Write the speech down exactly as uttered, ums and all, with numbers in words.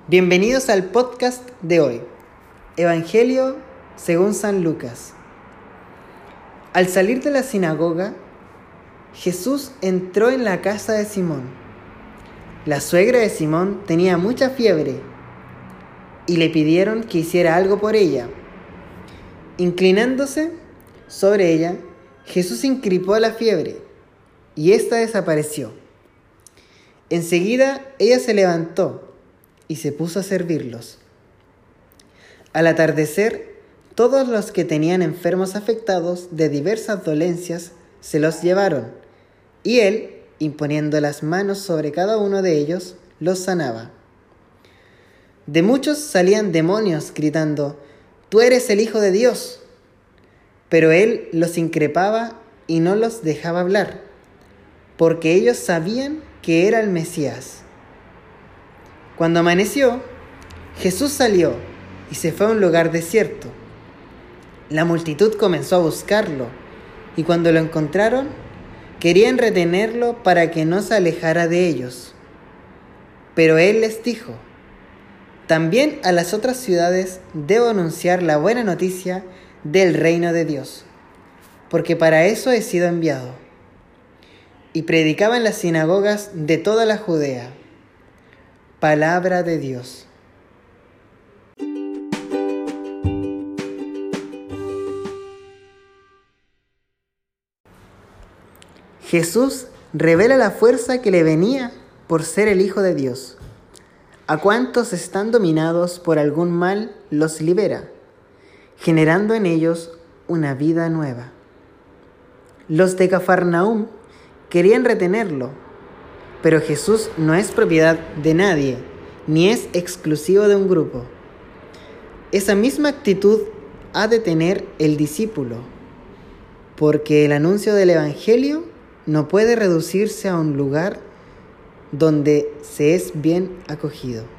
Bienvenidos al podcast de hoy, Evangelio según San Lucas. Al salir de la sinagoga, Jesús entró en la casa de Simón. La suegra de Simón tenía mucha fiebre y le pidieron que hiciera algo por ella. Inclinándose sobre ella, Jesús incripó la fiebre y ésta desapareció. Enseguida ella se levantó y se puso a servirlos. Al atardecer, todos los que tenían enfermos afectados de diversas dolencias se los llevaron, y él, imponiendo las manos sobre cada uno de ellos, los sanaba. De muchos salían demonios gritando: «Tú eres el Hijo de Dios». Pero él los increpaba y no los dejaba hablar, porque ellos sabían que era el Mesías. Cuando amaneció, Jesús salió y se fue a un lugar desierto. La multitud comenzó a buscarlo, y cuando lo encontraron, querían retenerlo para que no se alejara de ellos. Pero él les dijo: «También a las otras ciudades debo anunciar la buena noticia del reino de Dios, porque para eso he sido enviado». Y predicaba en las sinagogas de toda la Judea. Palabra de Dios. Jesús revela la fuerza que le venía por ser el Hijo de Dios. A cuantos están dominados por algún mal los libera, generando en ellos una vida nueva. Los de Cafarnaúm querían retenerlo, pero Jesús no es propiedad de nadie, ni es exclusivo de un grupo. Esa misma actitud ha de tener el discípulo, porque el anuncio del Evangelio no puede reducirse a un lugar donde se es bien acogido.